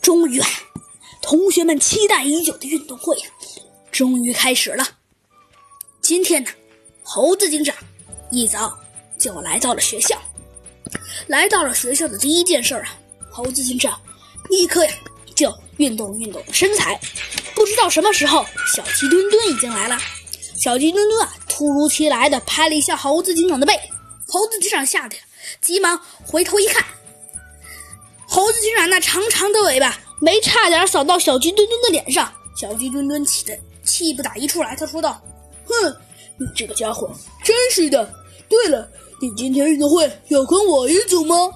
终于啊，同学们期待已久的运动会终于开始了。今天呢，猴子警长一早就来到了学校。来到了学校的第一件事猴子警长立刻就运动身材。不知道什么时候，小鸡墩墩已经来了。小鸡墩墩突如其来的拍了一下猴子警长的背，猴子警长吓得急忙回头一看，猴子警长那长长的尾巴没差点扫到小鸡墩墩的脸上。小鸡墩墩气得气不打一处来，他说道：“哼，你这个家伙，真是的。对了，你今天运动会要跟我一组吗？”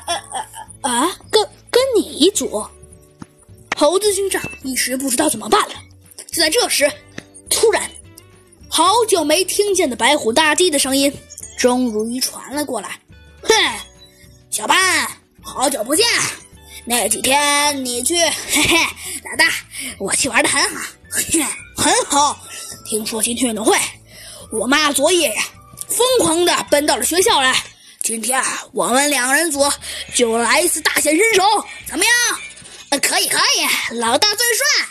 跟你一组？猴子警长一时不知道怎么办了。就在这时，突然，好久没听见的白虎大帝的声音终于传了过来：“哼，小班，好久不见。那几天你去，老大，我去玩得很好，很好。听说今天运动会，我妈昨夜疯狂地奔到了学校来。今天我们2人组就来一次大显身手，怎么样？可以，老大最帅。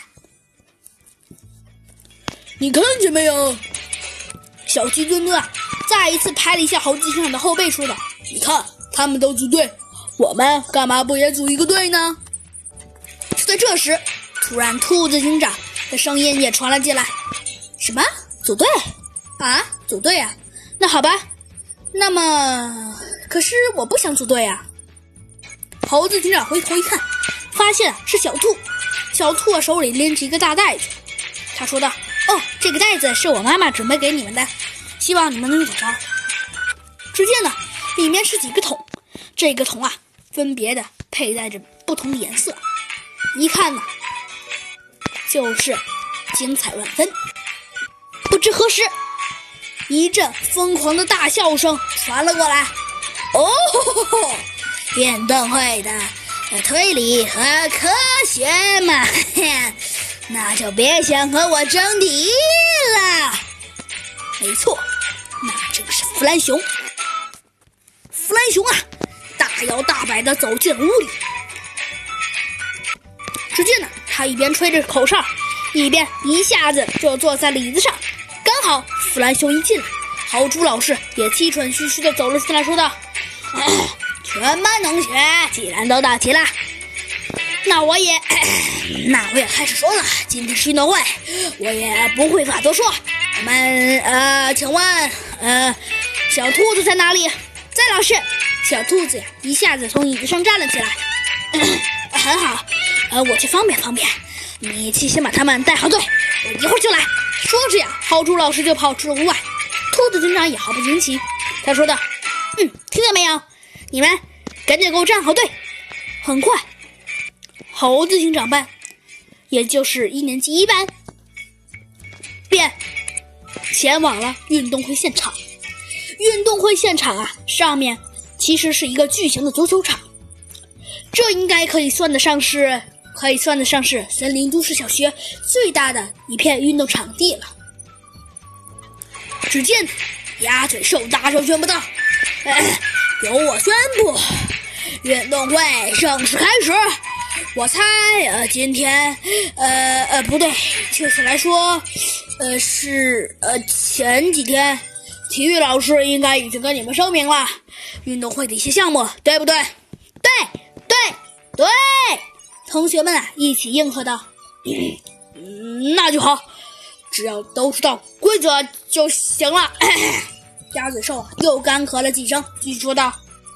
你看见没有？”小鸡墩墩再一次拍了一下猴子警长的后背，说道：“你看，他们都组队，我们干嘛不也组一个队呢？”就在这时，突然兔子警长的声音也传了进来：“什么？组队？组队啊？那好吧。那么，可是我不想组队啊。”猴子警长回头一看，发现是小兔。小兔手里拎着一个大袋子，他说道：“哦，这个袋子是我妈妈准备给你们的，希望你们能找着。”只见呢，里面是几个桶，这个桶分别的佩戴着不同的颜色，一看呢，就是精彩万分。不知何时，一阵疯狂的大笑声传了过来。哦，运动会的推理和科学嘛，那就别想和我争第一了。没错，那正是弗兰熊。弗兰熊大摇大摆地走进屋里。只见呢，他一边吹着口哨，一边一下子就坐在了椅子上。刚好弗兰熊一进来，豪猪老师也气喘吁吁地走了进来，说道：“全班同学既然都到齐了，那我也开始说了。今天是运动会，我也不会话多说。我们请问小兔子在哪里？”“在，老师。”小兔子一下子从椅子上站了起来。很好，我去方便方便，你去先把他们带好队，我一会儿就来。说着豪猪老师就跑出了屋外。兔子警长也毫不惊奇，他说道：“听见没有？你们赶紧给我站好队。”很快，猴子警长班，也就是1年级1班，便前往了运动会现场。运动会现场上面其实是一个巨型的足球场，这应该可以算得上是森林都市小学最大的一片运动场地了。只见鸭嘴兽大声宣布道：“由我宣布，运动会正式开始。我猜今天不对，确切来说是前几天体育老师应该已经跟你们声明了运动会的一些项目，对不对？”“对！”同学们一起应和道。那就好，只要都知道规则就行了。鸭嘴兽又干咳了几声，继续说道：“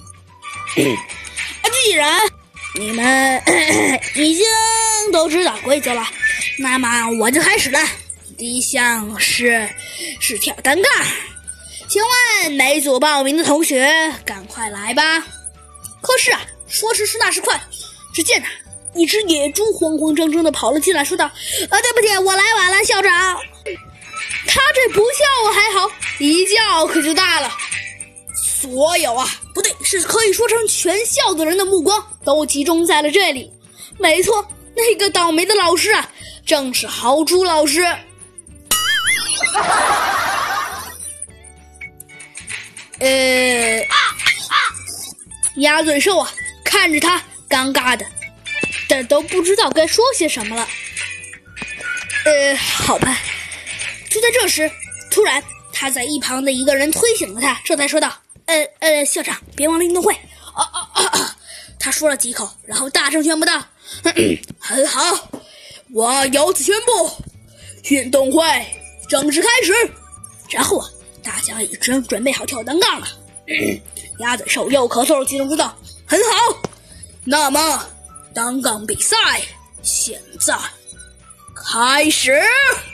既然你们已经都知道规则了，那么我就开始了。第一项是跳单杠，请问每组报名的同学赶快来吧。”可是说时迟那时快，只见一只野猪慌慌张张地跑了进来，说道：“对不起，我来晚了，校长。”他这不叫还好，一叫可就大了。所有不对，是可以说成全校的人的目光都集中在了这里。没错，那个倒霉的老师正是豪猪老师。鸭嘴兽看着他尴尬的但都不知道该说些什么了。好吧。就在这时，突然他在一旁的一个人推醒了他，这才说道：“校长，别忘了运动会。”他说了几口，然后大声宣布道：“很好，我由此宣布，运动会正式开始。”然后大家已经准备好跳单杠了。鸭嘴兽又咳嗽又激动说道：“很好，那么单杠比赛现在开始。”